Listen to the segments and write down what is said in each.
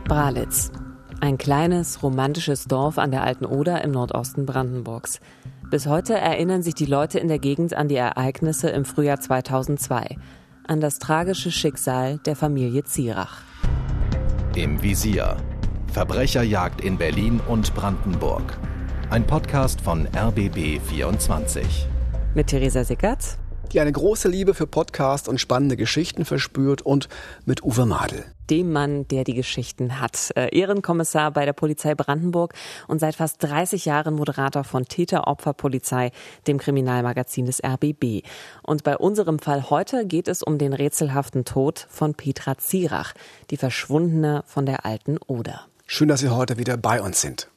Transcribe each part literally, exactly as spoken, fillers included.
Bralitz. Ein kleines, romantisches Dorf an der Alten Oder im Nordosten Brandenburgs. Bis heute erinnern sich die Leute in der Gegend an die Ereignisse im Frühjahr zweitausendzwei. An das tragische Schicksal der Familie Zierach. Im Visier. Verbrecherjagd in Berlin und Brandenburg. Ein Podcast von R B B vierundzwanzig. Mit Theresa Sickert, die eine große Liebe für Podcasts und spannende Geschichten verspürt, und mit Uwe Madel, dem Mann, der die Geschichten hat. Äh, Ehrenkommissar bei der Polizei Brandenburg und seit fast dreißig Jahren Moderator von Täter-Opfer-Polizei, dem Kriminalmagazin des R B B. Und bei unserem Fall heute geht es um den rätselhaften Tod von Petra Zierach, die Verschwundene von der Alten Oder. Schön, dass Sie heute wieder bei uns sind.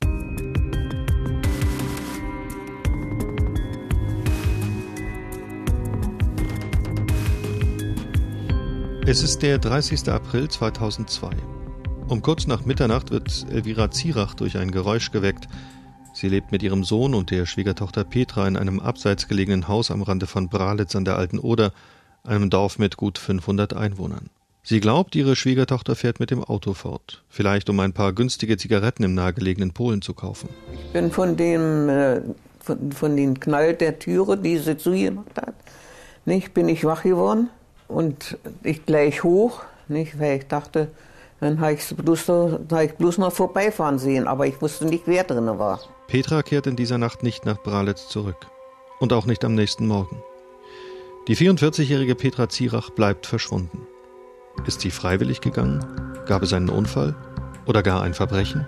Es ist der dreißigster April zweitausendzwei. Um kurz nach Mitternacht wird Elvira Zierach durch ein Geräusch geweckt. Sie lebt mit ihrem Sohn und der Schwiegertochter Petra in einem abseits gelegenen Haus am Rande von Bralitz an der Alten Oder, einem Dorf mit gut fünfhundert Einwohnern. Sie glaubt, ihre Schwiegertochter fährt mit dem Auto fort, vielleicht um ein paar günstige Zigaretten im nahegelegenen Polen zu kaufen. Ich bin von dem, äh, von, von dem Knall der Türe, die sie zugemacht hat, nicht, bin ich wach geworden. Und ich gleich hoch, nicht, weil ich dachte, dann habe ich bloß, hab ich bloß noch vorbeifahren sehen, aber ich wusste nicht, wer drin war. Petra kehrt in dieser Nacht nicht nach Bralitz zurück. Und auch nicht am nächsten Morgen. Die vierundvierzigjährige Petra Zierach bleibt verschwunden. Ist sie freiwillig gegangen? Gab es einen Unfall? Oder gar ein Verbrechen?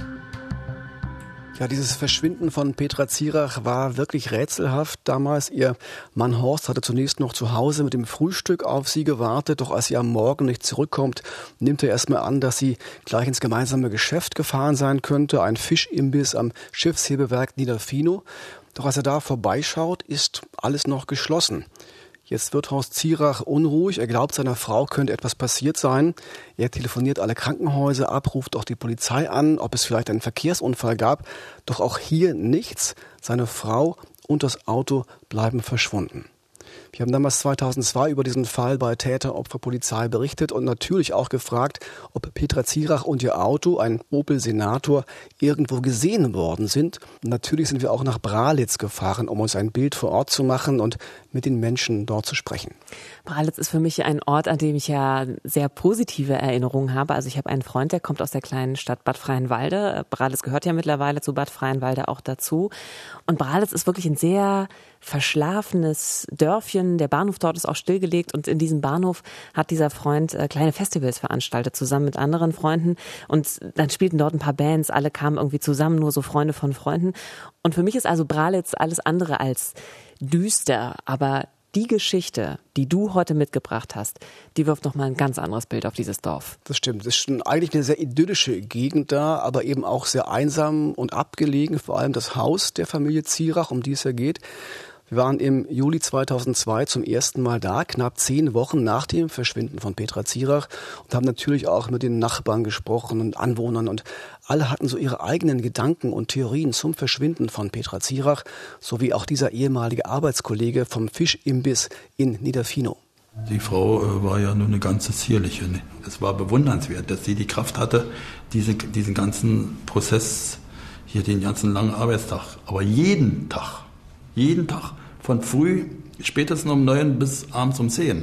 Ja, dieses Verschwinden von Petra Zierach war wirklich rätselhaft damals. Ihr Mann Horst hatte zunächst noch zu Hause mit dem Frühstück auf sie gewartet. Doch als sie am Morgen nicht zurückkommt, nimmt er erstmal an, dass sie gleich ins gemeinsame Geschäft gefahren sein könnte. Ein Fischimbiss am Schiffshebewerk Niederfino. Doch als er da vorbeischaut, ist alles noch geschlossen. Jetzt wird Horst Zierach unruhig. Er glaubt, seiner Frau könnte etwas passiert sein. Er telefoniert alle Krankenhäuser ab, ruft auch die Polizei an, ob es vielleicht einen Verkehrsunfall gab. Doch auch hier nichts. Seine Frau und das Auto bleiben verschwunden. Wir haben damals zweitausendzwei über diesen Fall bei Täter-Opfer-Polizei berichtet und natürlich auch gefragt, ob Petra Zierach und ihr Auto, ein Opel Senator, irgendwo gesehen worden sind. Und natürlich sind wir auch nach Bralitz gefahren, um uns ein Bild vor Ort zu machen und mit den Menschen dort zu sprechen. Bralitz ist für mich ein Ort, an dem ich ja sehr positive Erinnerungen habe. Also ich habe einen Freund, der kommt aus der kleinen Stadt Bad Freienwalde. Bralitz gehört ja mittlerweile zu Bad Freienwalde auch dazu. Und Bralitz ist wirklich ein sehr verschlafenes Dörfchen. Der Bahnhof dort ist auch stillgelegt und in diesem Bahnhof hat dieser Freund äh, kleine Festivals veranstaltet, zusammen mit anderen Freunden. Und dann spielten dort ein paar Bands, alle kamen irgendwie zusammen, nur so Freunde von Freunden. Und für mich ist also Bralitz alles andere als düster, aber die Geschichte, die du heute mitgebracht hast, die wirft nochmal ein ganz anderes Bild auf dieses Dorf. Das stimmt. Es ist schon eigentlich eine sehr idyllische Gegend da, aber eben auch sehr einsam und abgelegen. Vor allem das Haus der Familie Zierach, um die es ja geht. Wir waren im Juli zweitausendzwei zum ersten Mal da, knapp zehn Wochen nach dem Verschwinden von Petra Zierach, und haben natürlich auch mit den Nachbarn gesprochen und Anwohnern, und alle hatten so ihre eigenen Gedanken und Theorien zum Verschwinden von Petra Zierach, sowie auch dieser ehemalige Arbeitskollege vom Fischimbiss in Niederfino. Die Frau äh, war ja nur eine ganze zierliche. Ne? Es war bewundernswert, dass sie die Kraft hatte, diese, diesen ganzen Prozess, hier den ganzen langen Arbeitstag, aber jeden Tag, jeden Tag, von früh, spätestens um neun bis abends um zehn.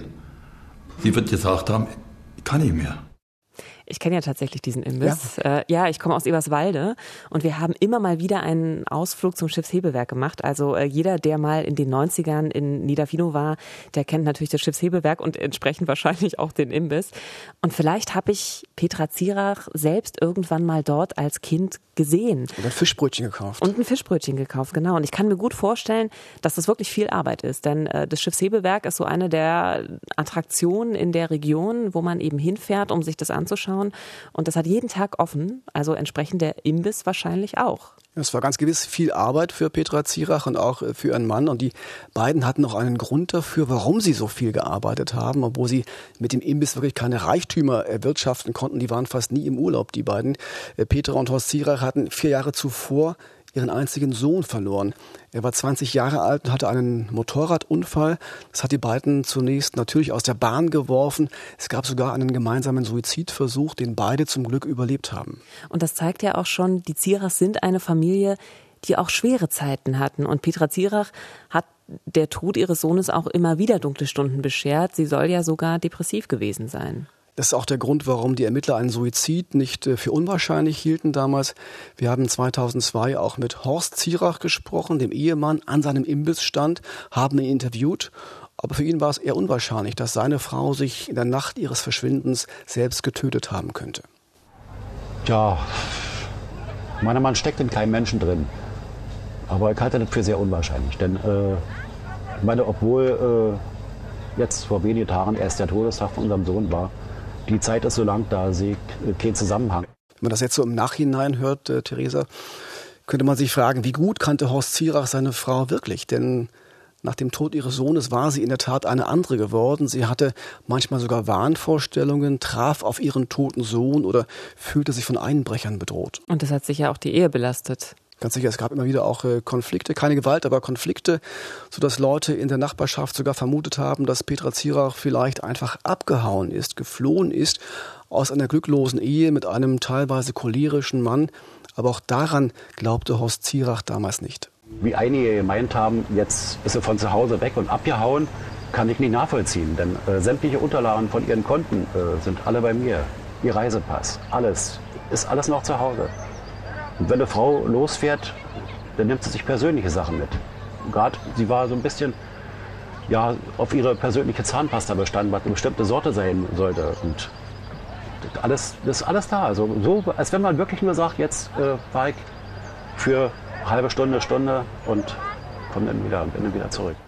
Sie wird gesagt haben, ich kann nicht mehr. Ich kenne ja tatsächlich diesen Imbiss. Ja, äh, ja ich komme aus Eberswalde und wir haben immer mal wieder einen Ausflug zum Schiffshebewerk gemacht. Also äh, jeder, der mal in den neunzigern in Niederfino war, der kennt natürlich das Schiffshebewerk und entsprechend wahrscheinlich auch den Imbiss. Und vielleicht habe ich Petra Zierach selbst irgendwann mal dort als Kind gesehen. Und ein Fischbrötchen gekauft. Und ein Fischbrötchen gekauft, genau. Und ich kann mir gut vorstellen, dass das wirklich viel Arbeit ist. Denn äh, das Schiffshebewerk ist so eine der Attraktionen in der Region, wo man eben hinfährt, um sich das anzuschauen. Und das hat jeden Tag offen, also entsprechend der Imbiss wahrscheinlich auch. Es war ganz gewiss viel Arbeit für Petra Zierach und auch für ihren Mann. Und die beiden hatten noch einen Grund dafür, warum sie so viel gearbeitet haben, obwohl sie mit dem Imbiss wirklich keine Reichtümer erwirtschaften konnten. Die waren fast nie im Urlaub, die beiden. Petra und Horst Zierach hatten vier Jahre zuvor ihren einzigen Sohn verloren. Er war zwanzig Jahre alt und hatte einen Motorradunfall. Das hat die beiden zunächst natürlich aus der Bahn geworfen. Es gab sogar einen gemeinsamen Suizidversuch, den beide zum Glück überlebt haben. Und das zeigt ja auch schon, die Zierachs sind eine Familie, die auch schwere Zeiten hatten. Und Petra Zierach hat der Tod ihres Sohnes auch immer wieder dunkle Stunden beschert. Sie soll ja sogar depressiv gewesen sein. Das ist auch der Grund, warum die Ermittler einen Suizid nicht für unwahrscheinlich hielten damals. Wir haben zweitausendzwei auch mit Horst Zierach gesprochen, dem Ehemann, an seinem Imbissstand, haben ihn interviewt. Aber für ihn war es eher unwahrscheinlich, dass seine Frau sich in der Nacht ihres Verschwindens selbst getötet haben könnte. Tja, meiner Mann steckt in keinem Menschen drin. Aber ich halte das für sehr unwahrscheinlich. Denn äh, ich meine, obwohl äh, jetzt vor wenigen Tagen erst der Todestag von unserem Sohn war, die Zeit ist so lang, da sehe ich keinen Zusammenhang. Wenn man das jetzt so im Nachhinein hört, äh, Theresa, könnte man sich fragen, wie gut kannte Horst Zierach seine Frau wirklich? Denn nach dem Tod ihres Sohnes war sie in der Tat eine andere geworden. Sie hatte manchmal sogar Wahnvorstellungen, traf auf ihren toten Sohn oder fühlte sich von Einbrechern bedroht. Und das hat sicher auch die Ehe belastet. Ganz sicher, es gab immer wieder auch äh, Konflikte, keine Gewalt, aber Konflikte, sodass Leute in der Nachbarschaft sogar vermutet haben, dass Petra Zierach vielleicht einfach abgehauen ist, geflohen ist aus einer glücklosen Ehe mit einem teilweise cholerischen Mann. Aber auch daran glaubte Horst Zierach damals nicht. Wie einige gemeint haben, jetzt ist sie von zu Hause weg und abgehauen, kann ich nicht nachvollziehen. Denn äh, sämtliche Unterlagen von ihren Konten äh, sind alle bei mir. Ihr Reisepass, alles, ist alles noch zu Hause. Und wenn eine Frau losfährt, dann nimmt sie sich persönliche Sachen mit. Gerade sie war so ein bisschen ja, auf ihre persönliche Zahnpasta bestanden, was eine bestimmte Sorte sein sollte. Und das, alles, das ist alles da. Also so, als wenn man wirklich nur sagt, jetzt äh, fahre ich für eine halbe Stunde, Stunde und komme dann wieder, bin dann wieder zurück.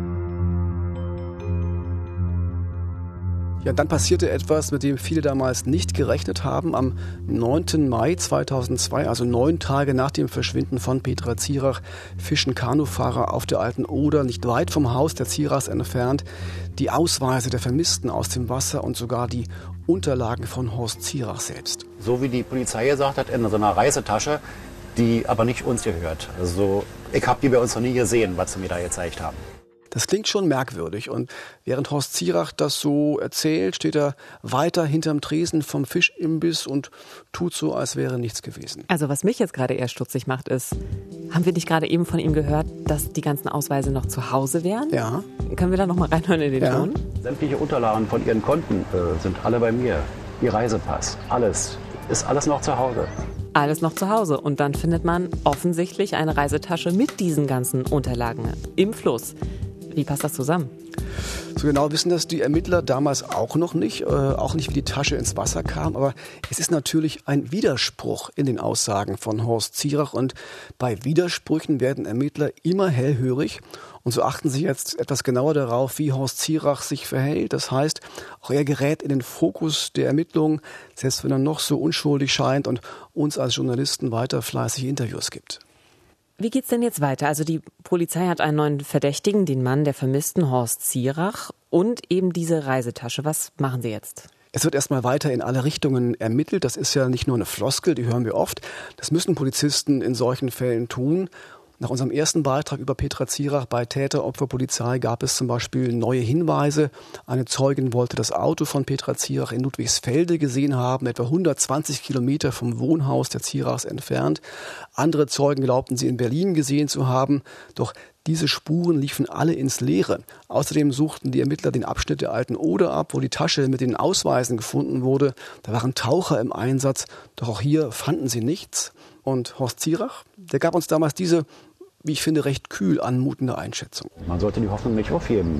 Ja, dann passierte etwas, mit dem viele damals nicht gerechnet haben. Am neunten Mai zweitausendzwei, also neun Tage nach dem Verschwinden von Petra Zierach, fischen Kanufahrer auf der Alten Oder, nicht weit vom Haus der Zierachs entfernt, die Ausweise der Vermissten aus dem Wasser und sogar die Unterlagen von Horst Zierach selbst. So wie die Polizei gesagt hat, in so einer Reisetasche, die aber nicht uns gehört. Also ich habe die bei uns noch nie gesehen, was sie mir da gezeigt haben. Das klingt schon merkwürdig und während Horst Zierach das so erzählt, steht er weiter hinterm Tresen vom Fischimbiss und tut so, als wäre nichts gewesen. Also was mich jetzt gerade eher stutzig macht ist, haben wir nicht gerade eben von ihm gehört, dass die ganzen Ausweise noch zu Hause wären? Ja. Können wir da noch mal reinhören in den ja. Ton? Sämtliche Unterlagen von ihren Konten äh, sind alle bei mir. Ihr Reisepass, alles, ist alles noch zu Hause. Alles noch zu Hause und dann findet man offensichtlich eine Reisetasche mit diesen ganzen Unterlagen im Fluss. Wie passt das zusammen? So genau wissen das die Ermittler damals auch noch nicht, äh, auch nicht, wie die Tasche ins Wasser kam. Aber es ist natürlich ein Widerspruch in den Aussagen von Horst Zierach. Und bei Widersprüchen werden Ermittler immer hellhörig. Und so achten sie jetzt etwas genauer darauf, wie Horst Zierach sich verhält. Das heißt, auch er gerät in den Fokus der Ermittlungen, selbst wenn er noch so unschuldig scheint und uns als Journalisten weiter fleißig Interviews gibt. Wie geht's denn jetzt weiter? Also die Polizei hat einen neuen Verdächtigen, den Mann der Vermissten, Horst Zierach, und eben diese Reisetasche. Was machen Sie jetzt? Es wird erstmal weiter in alle Richtungen ermittelt. Das ist ja nicht nur eine Floskel, die hören wir oft. Das müssen Polizisten in solchen Fällen tun. Nach unserem ersten Beitrag über Petra Zierach bei Täter-Opfer-Polizei gab es zum Beispiel neue Hinweise. Eine Zeugin wollte das Auto von Petra Zierach in Ludwigsfelde gesehen haben, etwa hundertzwanzig Kilometer vom Wohnhaus der Zierachs entfernt. Andere Zeugen glaubten, sie in Berlin gesehen zu haben. Doch diese Spuren liefen alle ins Leere. Außerdem suchten die Ermittler den Abschnitt der Alten Oder ab, wo die Tasche mit den Ausweisen gefunden wurde. Da waren Taucher im Einsatz, doch auch hier fanden sie nichts. Und Horst Zierach, der gab uns damals diese, wie ich finde, recht kühl anmutende Einschätzung. Man sollte die Hoffnung nicht aufgeben.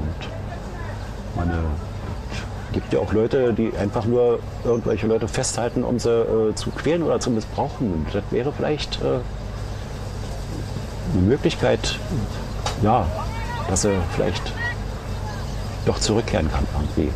Man, es gibt ja auch Leute, die einfach nur irgendwelche Leute festhalten, um sie äh, zu quälen oder zu missbrauchen. Das wäre vielleicht äh, eine Möglichkeit, ja, dass er vielleicht doch zurückkehren kann irgendwie.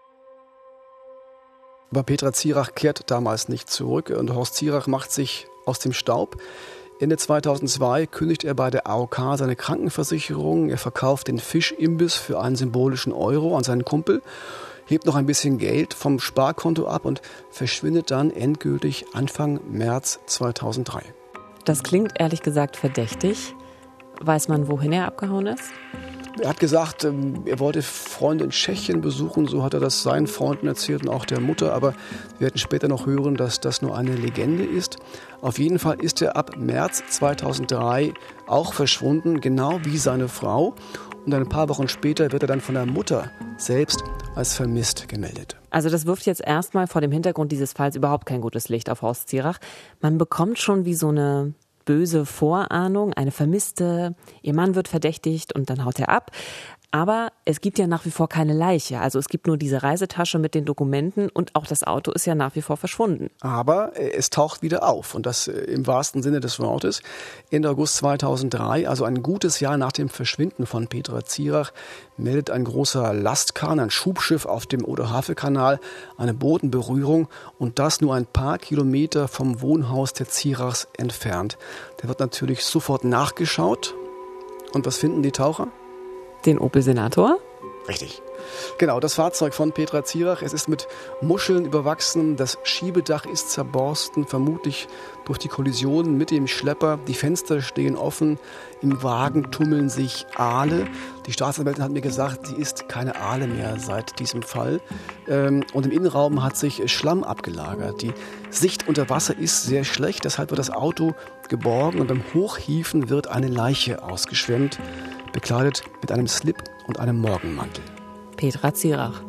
Aber Petra Zierach kehrt damals nicht zurück und Horst Zierach macht sich aus dem Staub. Ende zweitausendzwei kündigt er bei der A O K seine Krankenversicherung. Er verkauft den Fischimbiss für einen symbolischen Euro an seinen Kumpel, hebt noch ein bisschen Geld vom Sparkonto ab und verschwindet dann endgültig Anfang März zweitausenddrei. Das klingt ehrlich gesagt verdächtig. Weiß man, wohin er abgehauen ist? Er hat gesagt, er wollte Freunde in Tschechien besuchen, so hat er das seinen Freunden erzählt und auch der Mutter, aber wir werden später noch hören, dass das nur eine Legende ist. Auf jeden Fall ist er ab März zweitausenddrei auch verschwunden, genau wie seine Frau. Und ein paar Wochen später wird er dann von der Mutter selbst als vermisst gemeldet. Also das wirft jetzt erstmal vor dem Hintergrund dieses Falls überhaupt kein gutes Licht auf Horst Zierach. Man bekommt schon wie so eine böse Vorahnung, eine Vermisste, ihr Mann wird verdächtigt und dann haut er ab. Aber es gibt ja nach wie vor keine Leiche. Also es gibt nur diese Reisetasche mit den Dokumenten und auch das Auto ist ja nach wie vor verschwunden. Aber es taucht wieder auf und das im wahrsten Sinne des Wortes. Ende August zweitausenddrei, also ein gutes Jahr nach dem Verschwinden von Petra Zierach, meldet ein großer Lastkahn, ein Schubschiff auf dem Oder-Havel-Kanal eine Bodenberührung und das nur ein paar Kilometer vom Wohnhaus der Zierachs entfernt. Da wird natürlich sofort nachgeschaut. Und was finden die Taucher? Den Opel Senator? Richtig. Genau, das Fahrzeug von Petra Zierach. Es ist mit Muscheln überwachsen. Das Schiebedach ist zerborsten, vermutlich durch die Kollision mit dem Schlepper. Die Fenster stehen offen. Im Wagen tummeln sich Aale. Die Staatsanwältin hat mir gesagt, sie ist keine Aale mehr seit diesem Fall. Und im Innenraum hat sich Schlamm abgelagert. Die Sicht unter Wasser ist sehr schlecht. Deshalb wird das Auto geborgen und beim Hochhieven wird eine Leiche ausgeschwemmt, bekleidet mit einem Slip und einem Morgenmantel. Petra Zierach.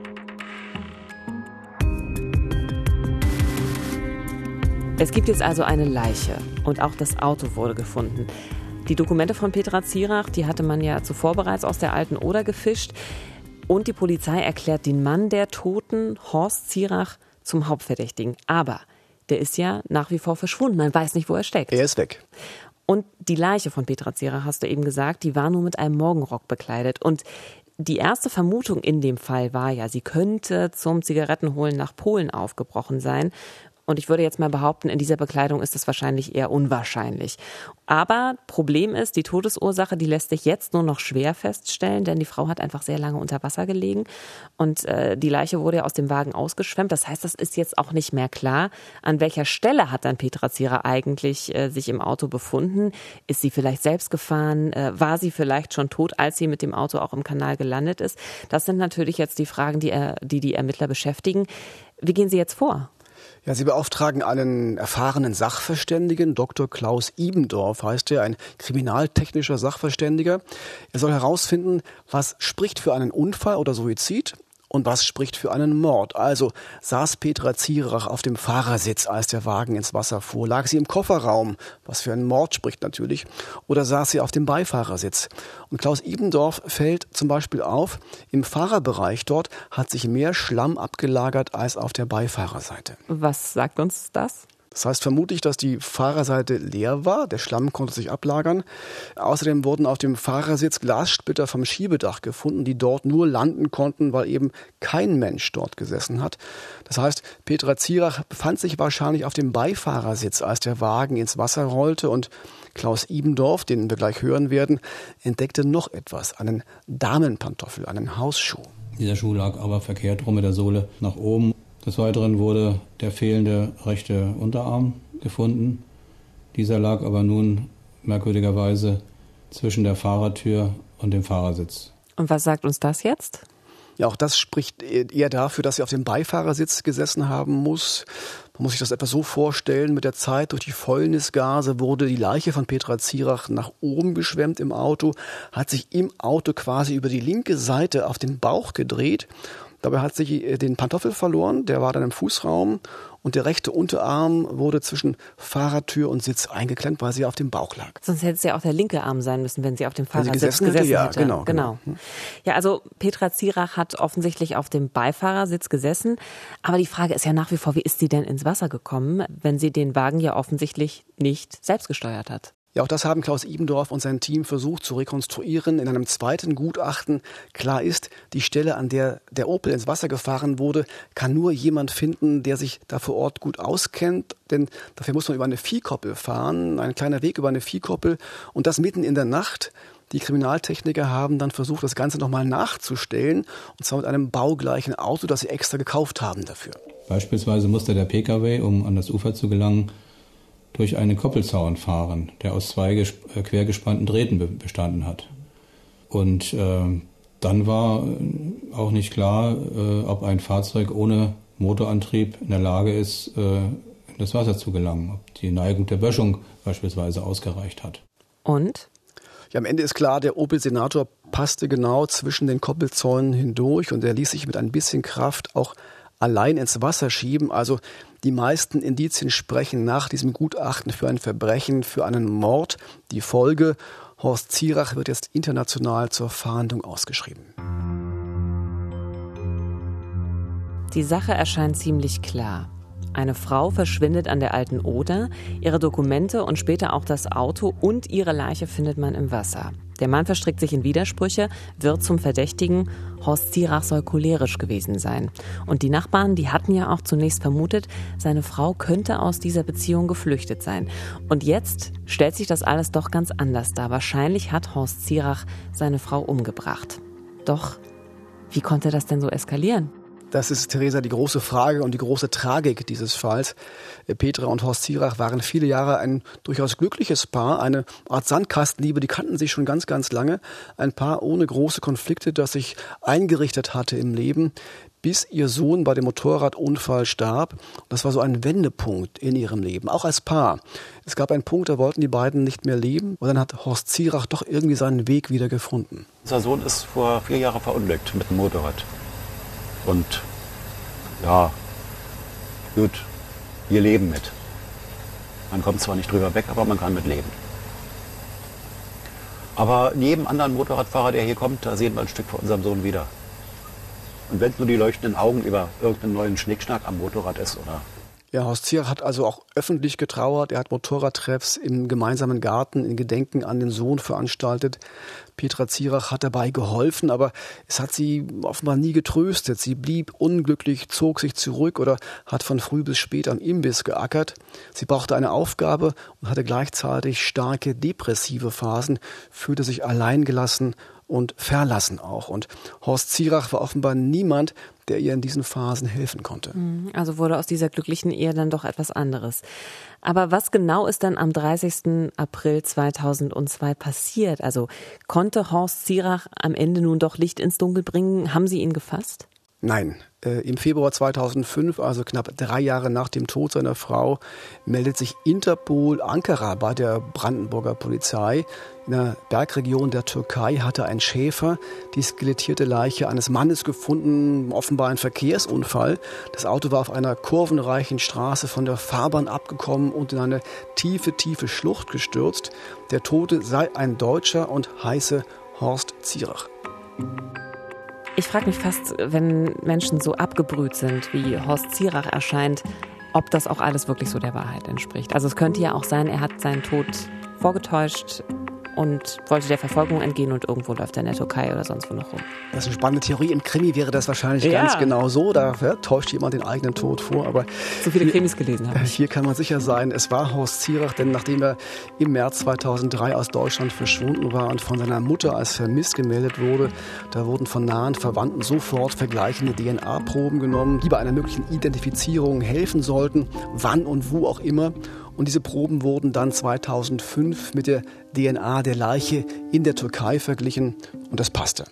Es gibt jetzt also eine Leiche und auch das Auto wurde gefunden. Die Dokumente von Petra Zierach, die hatte man ja zuvor bereits aus der alten Oder gefischt. Und die Polizei erklärt den Mann der Toten, Horst Zierach, zum Hauptverdächtigen. Aber der ist ja nach wie vor verschwunden. Man weiß nicht, wo er steckt. Er ist weg. Und die Leiche von Petra Zierach, hast du eben gesagt, die war nur mit einem Morgenrock bekleidet. Und die erste Vermutung in dem Fall war ja, sie könnte zum Zigarettenholen nach Polen aufgebrochen sein. Und ich würde jetzt mal behaupten, in dieser Bekleidung ist es wahrscheinlich eher unwahrscheinlich. Aber Problem ist, die Todesursache, die lässt sich jetzt nur noch schwer feststellen, denn die Frau hat einfach sehr lange unter Wasser gelegen und äh, die Leiche wurde ja aus dem Wagen ausgeschwemmt. Das heißt, das ist jetzt auch nicht mehr klar, an welcher Stelle hat dann Petra Zierach eigentlich äh, sich im Auto befunden. Ist sie vielleicht selbst gefahren? Äh, war sie vielleicht schon tot, als sie mit dem Auto auch im Kanal gelandet ist? Das sind natürlich jetzt die Fragen, die er, die, die Ermittler beschäftigen. Wie gehen Sie jetzt vor? Ja, sie beauftragen einen erfahrenen Sachverständigen, Doktor Klaus Ibendorf heißt er, ein kriminaltechnischer Sachverständiger. Er soll herausfinden, was spricht für einen Unfall oder Suizid und was spricht für einen Mord. Also saß Petra Zierach auf dem Fahrersitz, als der Wagen ins Wasser fuhr? Lag sie im Kofferraum, was für einen Mord spricht natürlich? Oder saß sie auf dem Beifahrersitz? Und Klaus Ibendorf fällt zum Beispiel auf, im Fahrerbereich dort hat sich mehr Schlamm abgelagert als auf der Beifahrerseite. Was sagt uns das? Das heißt vermutlich, dass die Fahrerseite leer war, der Schlamm konnte sich ablagern. Außerdem wurden auf dem Fahrersitz Glassplitter vom Schiebedach gefunden, die dort nur landen konnten, weil eben kein Mensch dort gesessen hat. Das heißt, Petra Zierach befand sich wahrscheinlich auf dem Beifahrersitz, als der Wagen ins Wasser rollte und Klaus Ibendorf, den wir gleich hören werden, entdeckte noch etwas, einen Damenpantoffel, einen Hausschuh. Dieser Schuh lag aber verkehrt rum mit der Sohle nach oben. Des Weiteren wurde der fehlende rechte Unterarm gefunden. Dieser lag aber nun merkwürdigerweise zwischen der Fahrertür und dem Fahrersitz. Und was sagt uns das jetzt? Ja, auch das spricht eher dafür, dass sie auf dem Beifahrersitz gesessen haben muss. Man muss sich das etwa so vorstellen, mit der Zeit durch die Fäulnisgase wurde die Leiche von Petra Zierach nach oben geschwemmt im Auto, hat sich im Auto quasi über die linke Seite auf den Bauch gedreht. Dabei hat sie den Pantoffel verloren, der war dann im Fußraum und der rechte Unterarm wurde zwischen Fahrertür und Sitz eingeklemmt, weil sie auf dem Bauch lag. Sonst hätte es ja auch der linke Arm sein müssen, wenn sie auf dem Fahrersitz gesessen gesessen hätte. Ja, hätte. genau, genau. genau. Ja, also Petra Zierach hat offensichtlich auf dem Beifahrersitz gesessen. Aber die Frage ist ja nach wie vor, wie ist sie denn ins Wasser gekommen, wenn sie den Wagen ja offensichtlich nicht selbst gesteuert hat? Ja, auch das haben Klaus Ibendorf und sein Team versucht zu rekonstruieren in einem zweiten Gutachten. Klar ist, die Stelle, an der der Opel ins Wasser gefahren wurde, kann nur jemand finden, der sich da vor Ort gut auskennt. Denn dafür muss man über eine Viehkoppel fahren, ein kleiner Weg über eine Viehkoppel und das mitten in der Nacht. Die Kriminaltechniker haben dann versucht, das Ganze nochmal nachzustellen, und zwar mit einem baugleichen Auto, das sie extra gekauft haben dafür. Beispielsweise musste der Pkw, um an das Ufer zu gelangen, durch einen Koppelzaun fahren, der aus zwei gesp- äh, quergespannten Drähten be- bestanden hat. Und äh, dann war auch nicht klar, äh, ob ein Fahrzeug ohne Motorantrieb in der Lage ist, äh, in das Wasser zu gelangen, ob die Neigung der Böschung beispielsweise ausgereicht hat. Und? Ja, am Ende ist klar, der Opel Senator passte genau zwischen den Koppelzäunen hindurch und er ließ sich mit ein bisschen Kraft auch allein ins Wasser schieben. Also die meisten Indizien sprechen nach diesem Gutachten für ein Verbrechen, für einen Mord. Die Folge: Horst Zierach wird jetzt international zur Fahndung ausgeschrieben. Die Sache erscheint ziemlich klar. Eine Frau verschwindet an der Alten Oder, ihre Dokumente und später auch das Auto und ihre Leiche findet man im Wasser. Der Mann verstrickt sich in Widersprüche, wird zum Verdächtigen. Horst Zierach soll cholerisch gewesen sein. Und die Nachbarn, die hatten ja auch zunächst vermutet, seine Frau könnte aus dieser Beziehung geflüchtet sein. Und jetzt stellt sich das alles doch ganz anders dar. Wahrscheinlich hat Horst Zierach seine Frau umgebracht. Doch, wie konnte das denn so eskalieren? Das ist, Theresa, die große Frage und die große Tragik dieses Falls. Petra und Horst Zierach waren viele Jahre ein durchaus glückliches Paar, eine Art Sandkastenliebe, die kannten sich schon ganz, ganz lange. Ein Paar ohne große Konflikte, das sich eingerichtet hatte im Leben, bis ihr Sohn bei dem Motorradunfall starb. Das war so ein Wendepunkt in ihrem Leben, auch als Paar. Es gab einen Punkt, da wollten die beiden nicht mehr leben und dann hat Horst Zierach doch irgendwie seinen Weg wieder gefunden. Unser Sohn ist vor vier Jahren verunglückt mit dem Motorrad. Und ja, gut, wir leben mit. Man kommt zwar nicht drüber weg, aber man kann mit leben. Aber neben anderen Motorradfahrer, der hier kommt, da sehen wir ein Stück von unserem Sohn wieder. Und wenn es nur die leuchtenden Augen über irgendeinen neuen Schnickschnack am Motorrad ist, oder? Ja, Horst Zierach hat also auch öffentlich getrauert. Er hat Motorradtreffs im gemeinsamen Garten in Gedenken an den Sohn veranstaltet. Petra Zierach hat dabei geholfen, aber es hat sie offenbar nie getröstet. Sie blieb unglücklich, zog sich zurück oder hat von früh bis spät am Imbiss geackert. Sie brauchte eine Aufgabe und hatte gleichzeitig starke depressive Phasen, fühlte sich alleingelassen und verlassen auch. Und Horst Zierach war offenbar niemand, der ihr in diesen Phasen helfen konnte. Also wurde aus dieser glücklichen Ehe dann doch etwas anderes. Aber was genau ist dann am dreißigsten April zweitausendzwei passiert? Also konnte Horst Zierach am Ende nun doch Licht ins Dunkel bringen? Haben Sie ihn gefasst? Nein. Äh, im Februar zweitausendfünf, also knapp drei Jahre nach dem Tod seiner Frau, meldet sich Interpol Ankara bei der Brandenburger Polizei. In der Bergregion der Türkei hatte ein Schäfer die skelettierte Leiche eines Mannes gefunden, offenbar ein Verkehrsunfall. Das Auto war auf einer kurvenreichen Straße von der Fahrbahn abgekommen und in eine tiefe, tiefe Schlucht gestürzt. Der Tote sei ein Deutscher und heiße Horst Zierach. Ich frage mich fast, wenn Menschen so abgebrüht sind, wie Horst Zierach erscheint, ob das auch alles wirklich so der Wahrheit entspricht. Also es könnte ja auch sein, er hat seinen Tod vorgetäuscht und wollte der Verfolgung entgehen und irgendwo läuft er in der Türkei oder sonst wo noch rum. Das ist eine spannende Theorie. Im Krimi wäre das wahrscheinlich ja. ganz genau so. Da ja, täuscht jemand den eigenen Tod vor. Aber so viele hier, Krimis gelesen haben. Hier kann man sicher sein, es war Horst Zierach, denn nachdem er im März zweitausenddrei aus Deutschland verschwunden war und von seiner Mutter als vermisst gemeldet wurde, da wurden von nahen Verwandten sofort vergleichende D N A-Proben genommen, die bei einer möglichen Identifizierung helfen sollten, wann und wo auch immer. Und diese Proben wurden dann zweitausendfünf mit der D N A der Leiche in der Türkei verglichen und das passte.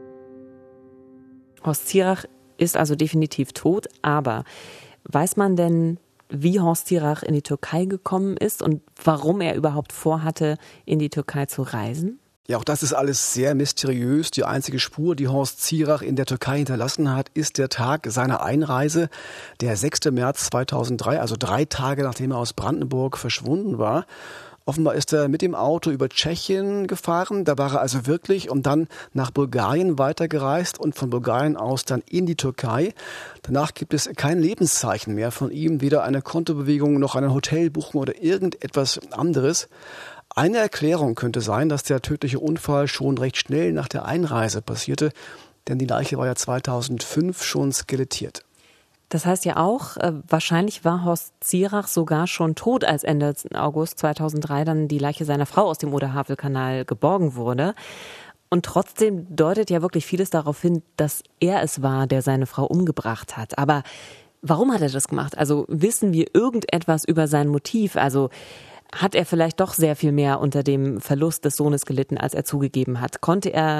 Horst Zierach ist also definitiv tot, aber weiß man denn, wie Horst Zierach in die Türkei gekommen ist und warum er überhaupt vorhatte, in die Türkei zu reisen? Ja, auch das ist alles sehr mysteriös. Die einzige Spur, die Horst Zierach in der Türkei hinterlassen hat, ist der Tag seiner Einreise, der sechster März zweitausenddrei, also drei Tage nachdem er aus Brandenburg verschwunden war. Offenbar ist er mit dem Auto über Tschechien gefahren, da war er also wirklich und dann nach Bulgarien weitergereist und von Bulgarien aus dann in die Türkei. Danach gibt es kein Lebenszeichen mehr von ihm, weder eine Kontobewegung noch eine Hotelbuchung oder irgendetwas anderes. Eine Erklärung könnte sein, dass der tödliche Unfall schon recht schnell nach der Einreise passierte, denn die Leiche war ja zweitausendfünf schon skelettiert. Das heißt ja auch, äh, wahrscheinlich war Horst Zierach sogar schon tot, als Ende August zweitausenddrei dann die Leiche seiner Frau aus dem Oder-Havel-Kanal geborgen wurde. Und trotzdem deutet ja wirklich vieles darauf hin, dass er es war, der seine Frau umgebracht hat. Aber Warum hat er das gemacht? Also wissen wir irgendetwas über sein Motiv? Also hat er vielleicht doch sehr viel mehr unter dem Verlust des Sohnes gelitten, als er zugegeben hat? Konnte er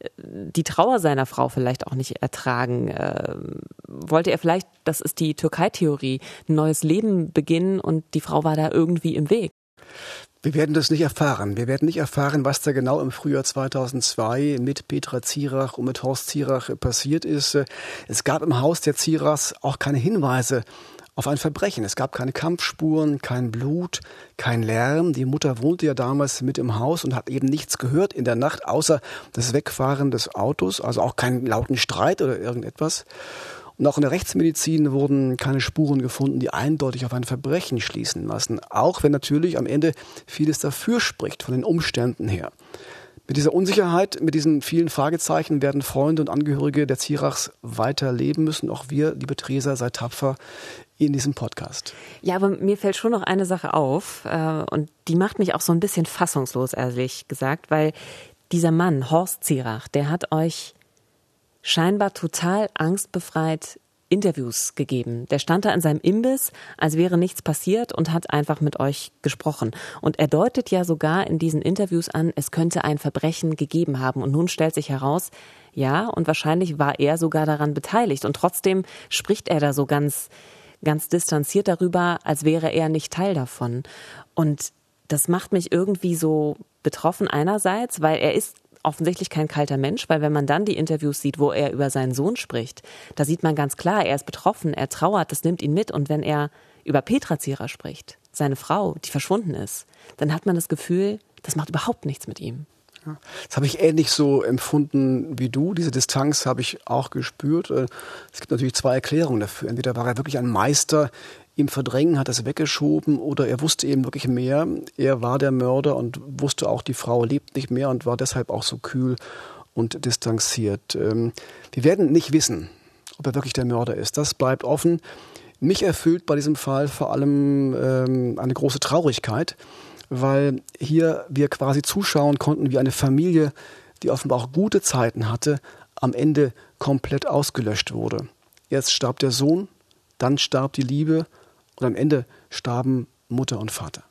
die Trauer seiner Frau vielleicht auch nicht ertragen? Äh, wollte er vielleicht, das ist die Türkei-Theorie, ein neues Leben beginnen und die Frau war da irgendwie im Weg? Wir werden das nicht erfahren. Wir werden nicht erfahren, was da genau im Frühjahr zweitausendzwei mit Petra Zierach und mit Horst Zierach passiert ist. Es gab im Haus der Zierachs auch keine Hinweise auf ein Verbrechen. Es gab keine Kampfspuren, kein Blut, kein Lärm. Die Mutter wohnte ja damals mit im Haus und hat eben nichts gehört in der Nacht, außer das Wegfahren des Autos, also auch keinen lauten Streit oder irgendetwas. Und auch in der Rechtsmedizin wurden keine Spuren gefunden, die eindeutig auf ein Verbrechen schließen lassen. Auch wenn natürlich am Ende vieles dafür spricht, von den Umständen her. Mit dieser Unsicherheit, mit diesen vielen Fragezeichen werden Freunde und Angehörige der Zierachs weiter leben müssen. Auch wir, liebe Theresa, seid tapfer in diesem Podcast. Ja, aber mir fällt schon noch eine Sache auf äh, und die macht mich auch so ein bisschen fassungslos, ehrlich gesagt, weil dieser Mann, Horst Zierach, der hat euch scheinbar total angstbefreit Interviews gegeben. Der stand da in seinem Imbiss, als wäre nichts passiert und hat einfach mit euch gesprochen. Und er deutet ja sogar in diesen Interviews an, es könnte ein Verbrechen gegeben haben. Und nun stellt sich heraus, ja, und wahrscheinlich war er sogar daran beteiligt. Und trotzdem spricht er da so ganz, ganz distanziert darüber, als wäre er nicht Teil davon. Und das macht mich irgendwie so betroffen einerseits, weil er ist offensichtlich kein kalter Mensch, weil wenn man dann die Interviews sieht, wo er über seinen Sohn spricht, da sieht man ganz klar, er ist betroffen, er trauert, das nimmt ihn mit. Und wenn er über Petra Zierach spricht, seine Frau, die verschwunden ist, dann hat man das Gefühl, das macht überhaupt nichts mit ihm. Ja, das habe ich ähnlich so empfunden wie du. Diese Distanz habe ich auch gespürt. Es gibt natürlich zwei Erklärungen dafür. Entweder war er wirklich ein Meister im Verdrängen, hat es weggeschoben, oder er wusste eben wirklich mehr. Er war der Mörder und wusste auch, die Frau lebt nicht mehr und war deshalb auch so kühl und distanziert. Wir werden nicht wissen, ob er wirklich der Mörder ist. Das bleibt offen. Mich erfüllt bei diesem Fall vor allem eine große Traurigkeit, weil hier wir quasi zuschauen konnten, wie eine Familie, die offenbar auch gute Zeiten hatte, am Ende komplett ausgelöscht wurde. Erst starb der Sohn, dann starb die Liebe und am Ende starben Mutter und Vater.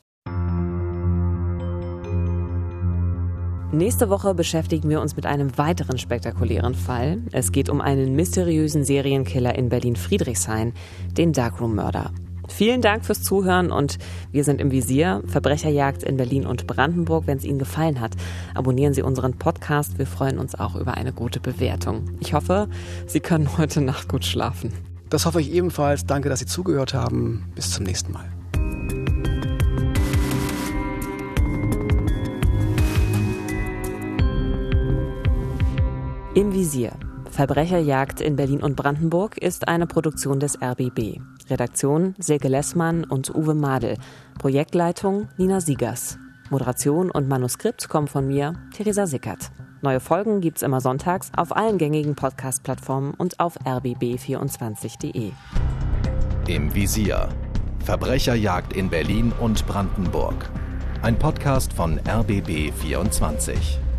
Nächste Woche beschäftigen wir uns mit einem weiteren spektakulären Fall. Es geht um einen mysteriösen Serienkiller in Berlin-Friedrichshain, den Darkroom-Mörder. Vielen Dank fürs Zuhören und wir sind im Visier. Verbrecherjagd in Berlin und Brandenburg. Wenn es Ihnen gefallen hat, abonnieren Sie unseren Podcast. Wir freuen uns auch über eine gute Bewertung. Ich hoffe, Sie können heute Nacht gut schlafen. Das hoffe ich ebenfalls. Danke, dass Sie zugehört haben. Bis zum nächsten Mal. Im Visier. Verbrecherjagd in Berlin und Brandenburg ist eine Produktion des R B B. Redaktion Silke Lessmann und Uwe Madel. Projektleitung Nina Siegers. Moderation und Manuskript kommen von mir, Theresa Sickert. Neue Folgen gibt's immer sonntags auf allen gängigen Podcast-Plattformen und auf r b b vierundzwanzig punkt de. Im Visier. Verbrecherjagd in Berlin und Brandenburg. Ein Podcast von R B B vierundzwanzig.